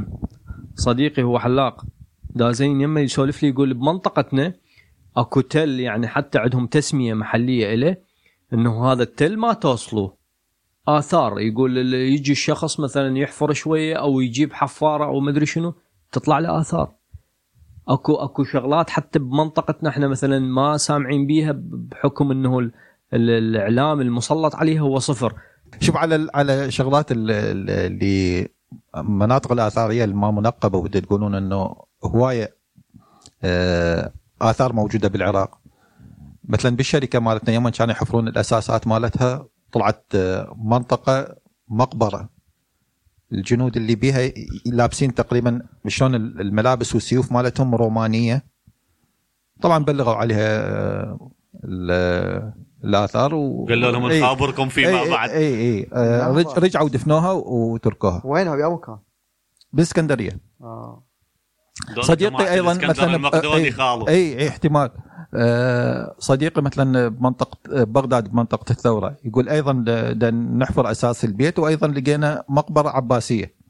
صديقي هو حلاق دا زين يما يسولف لي يقول بمنطقتنا أكو تل يعني حتى عندهم تسمية محلية إليه إنه هذا التل ما توصله آثار. يقول يجي الشخص مثلا يحفر شوية أو يجيب حفارة أو مدري شنو تطلع له آثار. اكو اكو شغلات حتى بمنطقتنا احنا مثلا ما سامعين بيها بحكم انه الاعلام المسلط عليها هو صفر. شوف على على شغلات اللي مناطق الاثاريه اللي ما منقبه وبدي تقولون انه هوايه اثار موجوده بالعراق. مثلا بالشركه مالتنا يوم كانوا يحفرون الاساسات مالتها طلعت منطقه مقبره. الجنود اللي بيها لابسين تقريبا شلون الملابس والسيوف مالتهم رومانيه. طبعا بلغوا عليها الاثار وقالوا لهم نخابركم فيما اي بعد. اي اي آه رجعوا دفنوها وتركوها. وينها بأي مكان؟ بالاسكندريه. اه صديقي ايضا مثلا اي اي احتمال آه صديقي مثلا بمنطقه بغداد بمنطقه الثوره يقول ايضا نحفر اساس البيت وايضا لقينا مقبره عباسيه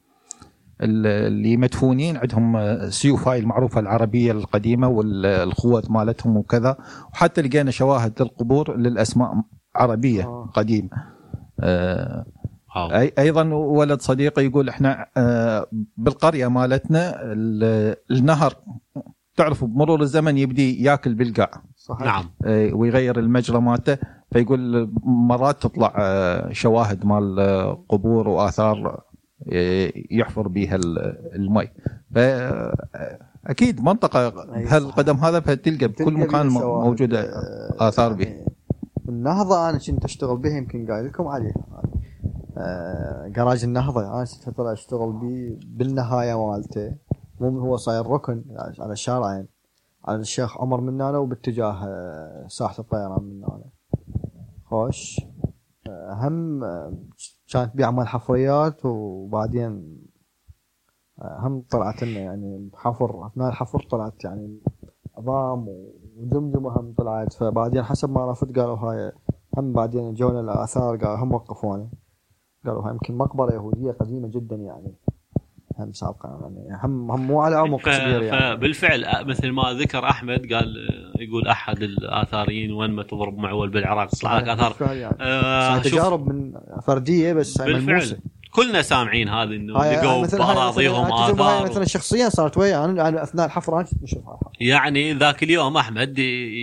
اللي مدفونين عندهم سيوف هاي المعروفة العربية القديمة والخوذ مالتهم وكذا، وحتى لقينا شواهد للقبور للأسماء عربية آه. قديمة. آه أي أيضا ولد صديقي يقول إحنا آه بالقرية مالتنا النهر تعرفوا بمرور الزمن يبدي ياكل بالقاع. صحيح. نعم. آه ويغير المجرى مالته، فيقول مرات تطلع آه شواهد مال آه قبور وآثار يحفر بها المي. فأكيد منطقة هالقدم هذا فتلقى بكل مكان موجودة آثار به. النهضة أنا كنت أشتغل بها، يمكن قايل لكم عليها جراج النهضة. أنا فترة أشتغل به بالنهاية مالته، مو هو صاير ركن على الشارعين، على الشيخ عمر من هنا وباتجاه ساحة الطيران من هنا. خوش هم كانت بيعمل حفريات، وبعدين هم طلعت لنا يعني حفر أثناء الحفر طلعت يعني عظام وجمجمة هم طلعت. فبعدين حسب ما عرفت قالوا هاي هم بعدين جونا الآثار قالوا هم وقفونا قالوا هاي يمكن مقبرة يهودية قديمة جدا يعني هم سابقا يعني هم هم مو على عمق كبير يعني. فبالفعل مثل ما ذكر أحمد قال يقول أحد الآثاريين وين ما تضرب معول بالعراق تطلع لك آثار يعني. آه تجارب من فردية بس بالفعل كلنا سامعين هذه انه لقوا باراضيهم آثار. مثلا شخصيا صارت ويا انا اثناء الحفر انا نشوفها يعني. ذاك اليوم احمد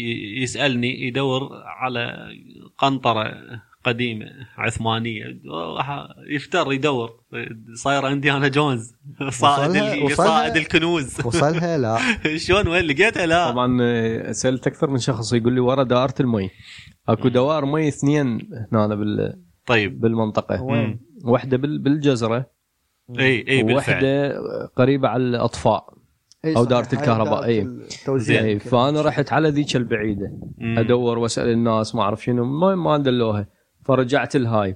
يسالني يدور على قنطره قديمه عثمانيه، يفتر يدور صاير انديانا جونز صائد اللي صائد الكنوز. وصلها لا شلون وين لقيتها؟ لا طبعا سالت اكثر من شخص يقول لي ورا دائره المي اكو دوائر مي اثنين هنا بال طيب بالمنطقه، واحده بالجزره اي اي وواحده قريبه على الاطفاء او دائره الكهرباء. اي اي فانا رحت على ذيك البعيده مم. ادور واسال الناس ما اعرف شنو ما ما دلوها، فرجعت لهاي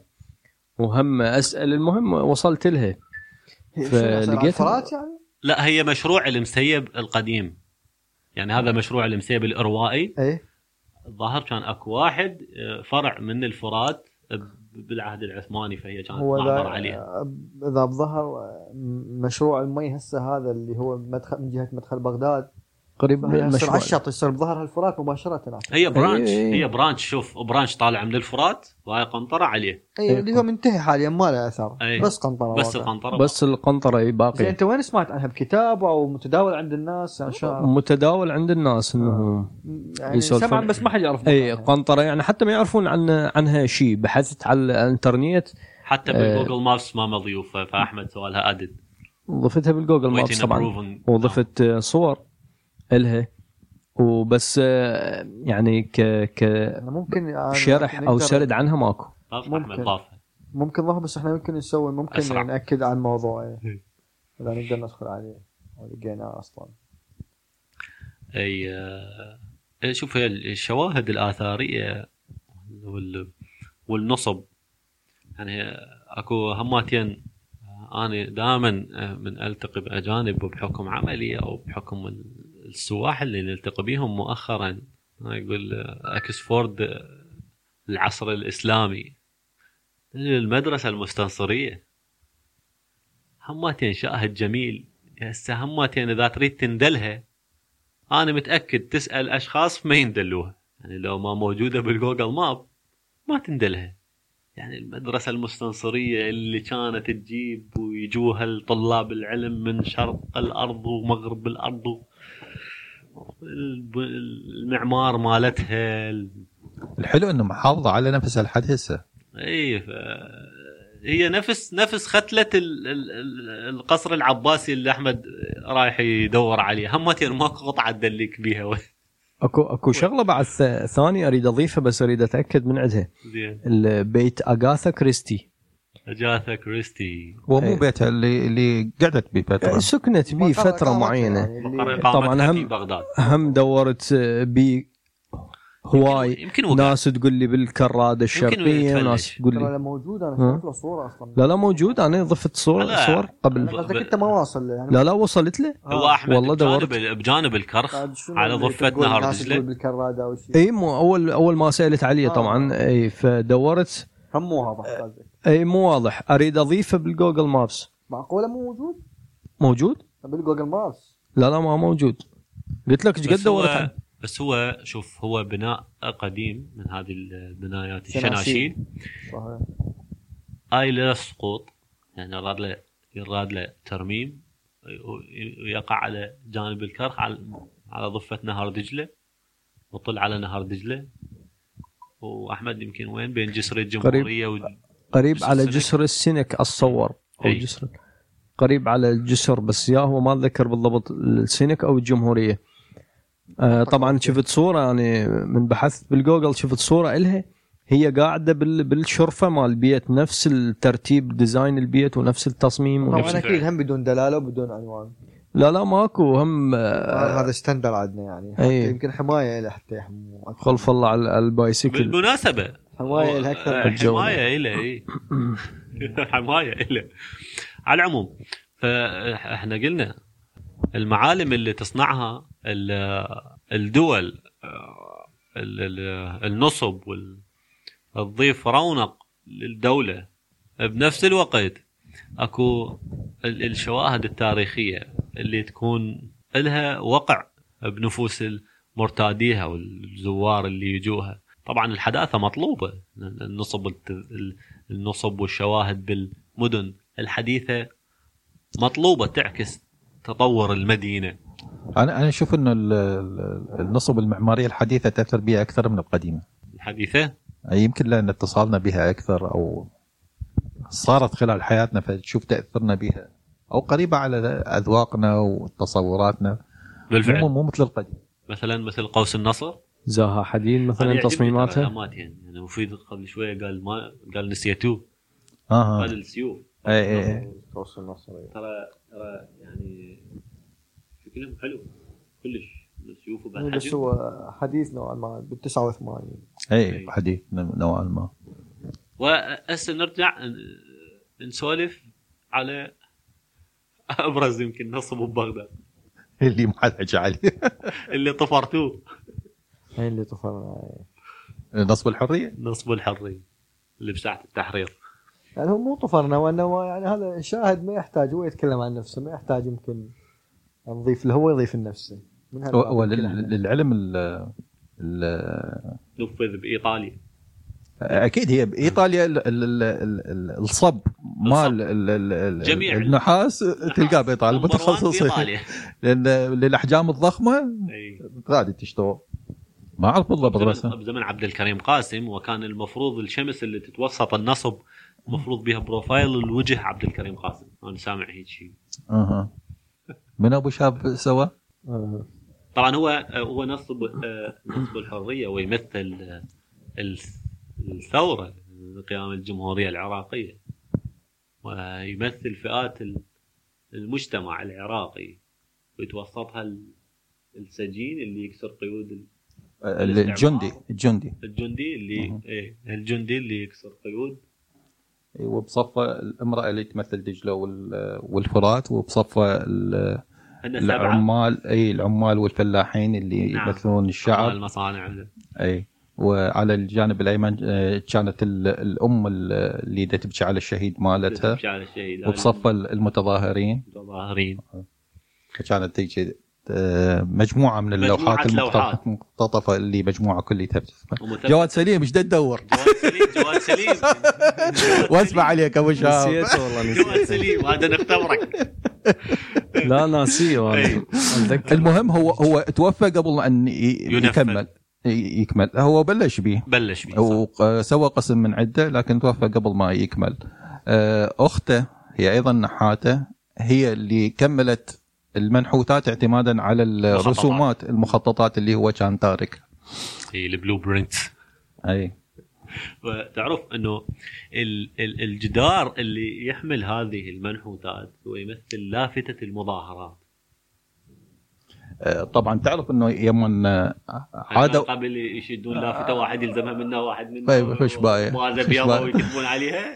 وهم اسال. المهم وصلت لها فلقيت يعني لا هي مشروع المسيب القديم يعني. هذا مشروع المسيب الإروائي. ايه الظاهر كان اكو واحد فرع من الفرات بالعهد العثماني، فهي كانت معبر عليه. اذا بظهر مشروع المي هسه هذا اللي هو مدخل من جهه مدخل بغداد قريب من المشروع الشاطئ يصير بظهر الفرات مباشره. هي برانش أي هي برانش شوف برانش طالع من الفرات وهي قنطره عليه. اي اللي هو منتهي حاليا ما له اثر بس قنطره بس القنطره بس القنطره اي باقي. انت وين سمعت عنها بكتاب او متداول عند الناس؟ يعني متداول عند الناس انه يعني سمعا بس ما حد يعرف. اي قنطره يعني حتى ما يعرفون عن عنها شيء. بحثت على الانترنت حتى بالجوجل آه مابس ما مضيوفه، فاحمد سوالها ادد ضفتها بالجوجل مابس طبعا وضفت صور الها وبس يعني ك ك ممكن شرح او سرد عنها ماكو. ممكن ممكن ضاف بس احنا ممكن نسوي ممكن أسرع. نأكد عن الموضوع ايه اذا نقدر ندخل عليه ولقينا اصلا. اي شوف هي الشواهد الاثاريه والنصب يعني اكو هماتين. انا دائما من التقي باجانب بحكم عملي او بحكم السواح اللي نلتقي بهم مؤخرا. يقول اكسفورد العصر الاسلامي، المدرسه المستنصريه، هماتين شاهد جميل. هسه هماتين اذا تريد تندلها انا متاكد تسال اشخاص ما يندلوها يعني. لو ما موجوده بالجوجل ماب ما تندلها يعني. المدرسه المستنصريه اللي كانت تجيب ويجوها الطلاب العلم من شرق الارض ومغرب الارض، المعمار مالتها. الحلو انه محافظه على نفس الحدث. اي هي نفس نفس ختله القصر العباسي اللي احمد رايح يدور عليه. همتين ماكو قطعه تدلك بيها. اكو اكو شغله بعد ثاني اريد اضيفها بس اريد اتاكد من عندها. البيت اغاثا كريستي. اغاثا كريستي ومو بيتها اللي اللي قعدت بفتره سكنت بيه فتره معينه يعني. طبعا هم بغداد. هم دورت بي هواي ناس تقول لي بالكراده الشرقيه وناس تقول لي موجوده. انا شفت له صوره اصلا. لا لا موجود. انا ضفت صور صور قبل. قصدك انت ما واصل يعني. لا لا وصلت له. هو احمد والله دورت بجانب الكرخ على ضفه نهر دجله بالكراده او شيء. اي مو اول اول ما سالت عليه طبعا. اي فدورت هم مو واضح قصدك. اي مو واضح. اريد اضيفه بالجوجل مابس. معقوله مو موجود؟ موجود بالجوجل مابس. لا لا ما موجود، قلت لك ايش قد دورت هو عنه. بس هو شوف هو بناء قديم من هذه البنايات شناشيل. الشناشيل صحيح. هاي للسقوط، يعني راد له يراد له ترميم ويقع على جانب الكرخ على على ضفة نهر دجلة وطل على نهر دجلة. وأحمد يمكن وين بين جسر الجمهورية قريب, قريب على السنك. جسر السنك الصور أو أي. جسر قريب على الجسر، بس يا هو ما أتذكر بالضبط السنك أو الجمهورية. آه طبعا شفت صورة يعني من بحث بالجوجل، شفت صورة إلها هي قاعدة بال بالشرفة مال البيت، نفس الترتيب ديزاين البيت ونفس التصميم طبعا ونفس اكيد هم بدون دلاله وبدون عنوان. لا لا ماكو هم آه هذا ستاندر عندنا يعني حتى أي. يمكن حمايه له حتى يحموه. خلف الله على البايسكل. بالمناسبة حمايه له اكثر آه، حماية إله إيه حماية إله. على العموم فاحنا قلنا المعالم اللي تصنعها الدول النصب والتضيف رونق للدولة، بنفس الوقت اكو الشواهد التاريخية اللي تكون لها وقع بنفوس مرتاديها والزوار اللي يجوها. طبعا الحداثة مطلوبة، النصب النصب والشواهد بالمدن الحديثة مطلوبة تعكس تطور المدينة. أنا أنا أشوف إنه النصب المعمارية الحديثة تأثر بها أكثر من القديمة. الحديثة يمكن لأن اتصالنا بها أكثر أو صارت خلال حياتنا فتشوف تأثرنا بها أو قريبة على أذواقنا وتصوراتنا. بالفعل مو مو مثل القديم. مثلا مثل قوس النصر زاها حديد مثلا تصميماتها يعني يعني مفيد قبل شوية قال ما قال نسيتوه. آه. قال السيوف. اي اي قوس النصر. ترى ترى يعني شكلهم حلو كلش السيوف بس بهالحجم. هو حديث نوعا ما بالتسعة وثمانين. اي حديث نوعا ما. وهسه نرجع نسولف على ابرز يمكن نصب ببغداد اللي ما حد حكى عليه اللي طفرتوه. هاي اللي طفرنا نصب الحرية. نصب الحرية اللي بساعة التحرير. يعني هو مو طفرنا وانه يعني هذا شاهد ما يحتاج هو يتكلم عن نفسه، ما يحتاج يمكن نضيف له، هو يضيف لنفسه. هو للعلم ال نفذ بإيطاليا. اكيد هي بايطاليا الصب مال النحاس تلقاه بايطاليا متخصصين لان للاحجام الضخمه غادي تشتغل. ما اعرف بالضبط بس بزمن عبد الكريم قاسم، وكان المفروض الشمس اللي تتوسط النصب مفروض بها بروفايل الوجه عبد الكريم قاسم. انا سامع هيك شيء. اها من ابو شاب سوا. طبعا هو هو نصب نصب الحريه ويمثل الثوره قيام الجمهوريه العراقيه، ويمثل فئات المجتمع العراقي، ويتوسطها السجين اللي يكسر قيود الجندي الجندي الجندي اللي ايه الجندي اللي يكسر قيود. وبصفه الامراه اللي تمثل دجله والفرات، وبصفه العمال اي العمال والفلاحين اللي نعم. يمثلون الشعب المصانع. اي وعلى الجانب الايمن كانت الام اللي تبكي على الشهيد مالتها، وبصفه المتظاهرين المتظاهرين كانت تيجي مجموعه من اللوحات المقتطفه اللي مجموعه كلها. جواد سليم ايش تدور؟ جواد سليم جواد سليم واسمع عليك ابو شاب. نسيت والله نسيت. جواد سليم هذا نختبرك. لا ناسي والله. المهم هو هو توفى قبل ان يكمل يكمل هو بلش به بلش به وسوى قسم من عده، لكن توفى قبل ما يكمل. اخته هي ايضا نحاته، هي اللي كملت المنحوتات اعتمادا على الرسومات المخططات اللي هو كان تارك. هي البلو برنت. اي وتعرف انه الجدار اللي يحمل هذه المنحوتات هو يمثل لافتة المظاهرات. طبعا تعرف انه يمن عاده قبل يشدون لافته واحد يلزمها منها واحد منها طيب وش بايه ماذا بيضه ويكتبون عليها.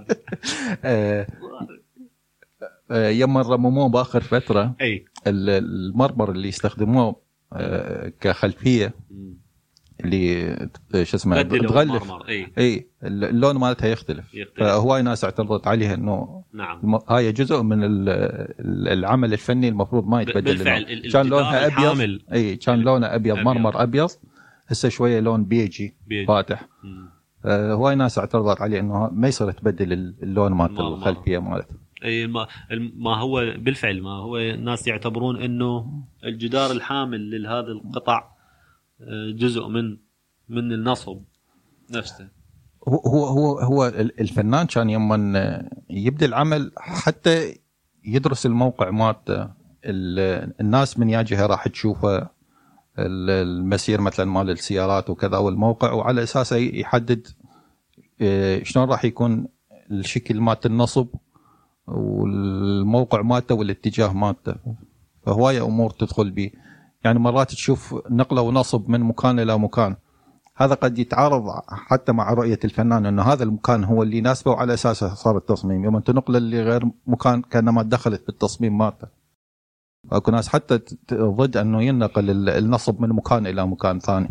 يمن رمموه باخر فتره. اي المرمر اللي يستخدموه كخلفيه اللي شو اسمه تغلف اي اي اللون مالتها يختلف, يختلف. فهواي ناس اعترضت عليها انه نعم هاي جزء من العمل الفني المفروض ما يتبدل. بالفعل كان لونها ابيض اي كان لونه ابيض مرمر ابيض, هسه شويه لون بيجي, بيجي. فاتح. آه هواي ناس اعترضت عليه انه ما يصير تبدل اللون مالت الخلفيه مالته. اي ما, ما هو بالفعل ما هو الناس يعتبرون انه الجدار الحامل لهذا القطع جزء من من النصب نفسه. هو هو هو هو الفنان كان يوم يبدا العمل حتى يدرس الموقع مالته, الناس من ياجهه راح تشوفه المسير مثلا مال السيارات وكذا والموقع, وعلى اساسه يحدد شلون راح يكون الشكل مالت النصب والموقع مالته والاتجاه مالته. فهواية امور تدخل به, يعني مرات تشوف نقله ونصب من مكان الى مكان, هذا قد يتعارض حتى مع رؤيه الفنان انه هذا المكان هو اللي يناسبه وعلى اساسه صار التصميم, يوم تنقله اللي غير مكان كانما دخلت بالتصميم مالته. اكو ناس حتى ضد انه ينقل النصب من مكان الى مكان ثاني.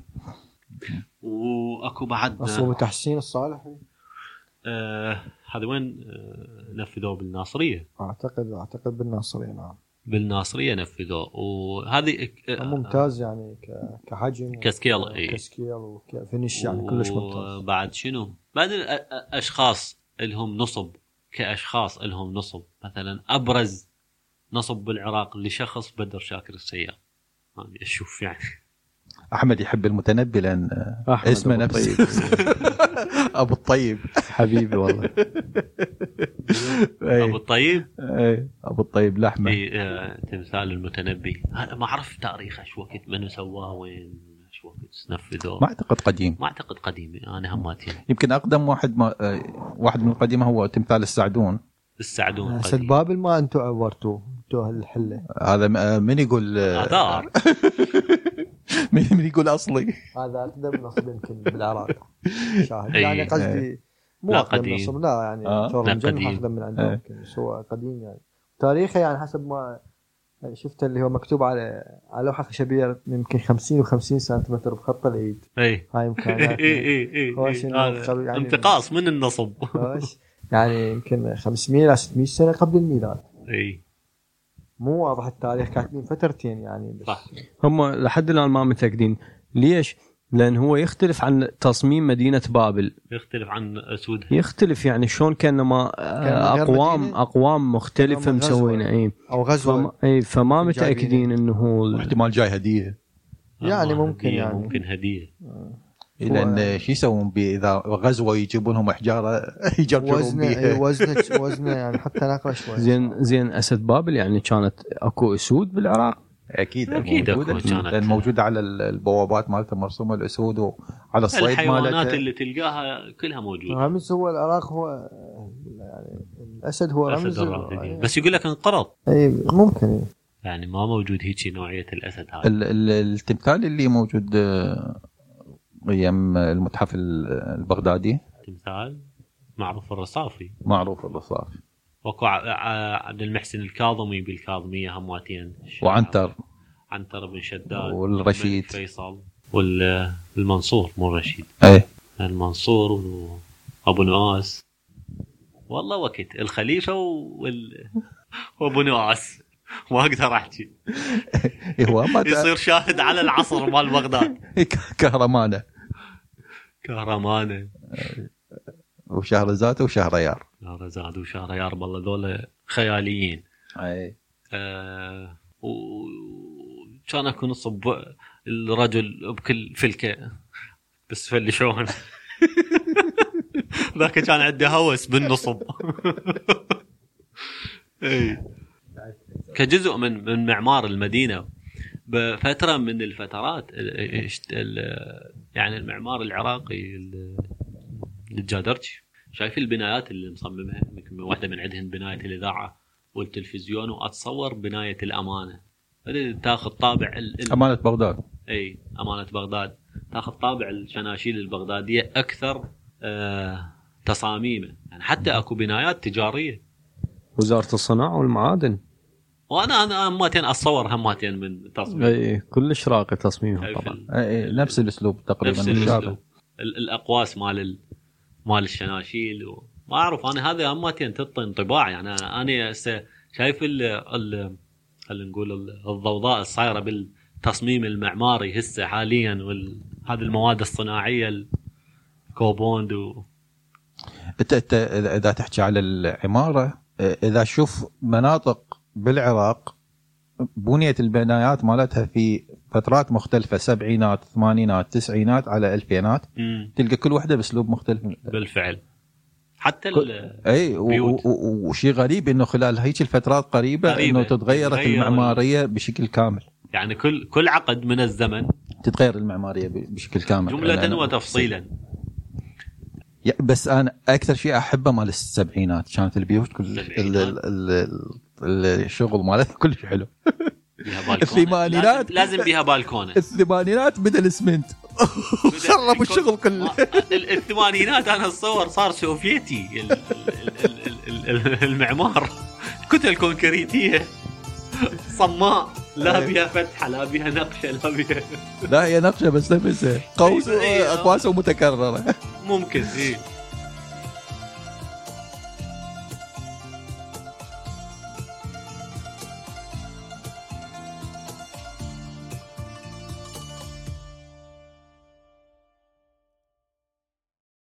واكو بعد نصب تحسين الصالحي آه هذا وين آه نفذوه بالناصريه اعتقد اعتقد بالناصريه نعم بالناصريه نفذوه, وهذه ممتاز يعني كحجم كسكيل اي كسكيل وكفينش يعني كلش ممتاز. بعد شنو بعد الاشخاص لهم نصب كاشخاص لهم نصب, مثلا ابرز نصب بالعراق لشخص بدر شاكر السيار, انا اشوف يعني احمد يحب المتنبي لان اسمه نفسه ابو الطيب حبيبي والله. ابو الطيب اي ابو الطيب لحمه اي تمثال المتنبي, ما اعرف تاريخه شو وقت من سواه وين شو وقت نفذوه, ما اعتقد قديم ما اعتقد قديم انا هماتي. يمكن اقدم واحد ما واحد من القديمه هو تمثال السعدون. السعدون اسد بابل ما انتم عبرتوه انتم الحله, هذا من يقول اثار من يقول اصلي هذا اقدم نصب يمكن بالعراق شاهد يعني قصدي مو اقدم نصب لا يعني تورم جن اقدم من عندهم يمكن سواء قديم يعني تاريخه يعني حسب ما شفت اللي هو مكتوب على على لوحه خشبيه يمكن خمسين وخمسين سنتيمتر بخط الايد. اي هاي امكانيات يعني انتقاص من النصب يعني يمكن خمسمية إلى ستمية سنه قبل الميلاد. اي مو واضح التاريخ, كاتبين فترتين يعني بس صح. هم لحد الان ما متاكدين ليش, لان هو يختلف عن تصميم مدينه بابل, يختلف عن اسود, يختلف يعني شلون كانما اقوام اقوام مختلفه مسوينه اي او غزوه اي فما متاكدين انه هو احتمال جاي هديه يعني ممكن هدية يعني ممكن هديه آه. لان شو يسوون اذا غزوه يجيبون لهم احجاره يجرجرون بيها وزنه وزنه يعني حتى نقله شوي. زين زين اسد بابل يعني كانت اكو اسود بالعراق اكيد اكيد موجوده كانت موجوده على البوابات مالتها مرسومه الاسود وعلى الصيد مالتها الحيوانات اللي تلقاها كلها موجوده. رمز هو العراق هو يعني الاسد هو رمز يعني بس يقول لك انقرض اي ممكن يعني ما موجود هيك نوعيه الاسد هذا. التمثال اللي موجود ايام المتحف البغدادي تمثال معروف الرصافي معروف الرصافي وكو عبد المحسن الكاظمي بالكاظميه هماتين وعنتر عنتر بن شداد والرشيد فيصل والمنصور مو رشيد اي المنصور وابو نواس والله وقت الخليفه وال... وابو نواس ما اقدر احكي هو ما يصير شاهد على العصر مال بغداد كهرمانه كهرمانه وشهرزاد وشهريار شهرزاد وشهريار والله ذولا خياليين. اي آه وكان اكو نصب الرجل بكل فلكه بس فلي شلون ذاك كان عنده هوس بالنصب اي كجزء من من معمار المدينه بفتره من الفترات يعني المعمار العراقي الجادرجي شايف البنايات اللي مصممها يمكن واحده من عندهن بنايه الاذاعه والتلفزيون واتصور بنايه الامانه تاخذ طابع ال... امانه بغداد اي امانه بغداد تاخذ طابع الشناشيل البغداديه اكثر آه... تصاميمه يعني حتى اكو بنايات تجاريه وزاره الصناعه والمعادن وانا انا همتين اتصور همتين من تصميم اي كلش راقي تصميمها طبعا. اي نفس الاسلوب تقريبا نفس الاسلوب. الاقواس مال ال... مال الشناشيل و... ما اعرف انا هذا همتين تعطي انطباع يعني. انا شايف ال ال خلينا نقول الضوضاء الصايره بالتصميم المعماري هسه حاليا وهذه المواد الصناعيه الكوبوند و... انت انت اذا تحكي على العماره، اذا شوف مناطق بالعراق بنيت البنايات مالتها في فترات مختلفه، سبعينات ثمانينات تسعينات على الفينات، مم. تلقى كل وحده باسلوب مختلف بالفعل. حتى كل... اي وشيء غريب انه خلال هيك الفترات قريبه, قريبة. انه تتغيرت تتغير المعماريه بشكل كامل. يعني كل كل عقد من الزمن تتغير المعماريه بشكل كامل جمله يعني وتفصيلا. بس انا اكثر شيء احبه مال السبعينات، كانت البيوت كل ال ال الشغل مالتها كلش حلو. الثمانينات لازم بيها بالكونه. الثمانينات بدا الاسمنت خربوا الشغل كله. الثمانينات انا اتصور صار سوفيتي المعمار، كتل كونكريتيه صماء، لا بيها فتحه لا بيها نقشه لا بيها لا هي نقشه بس نفسها قوس اقواسه متكرره ممكن. ايه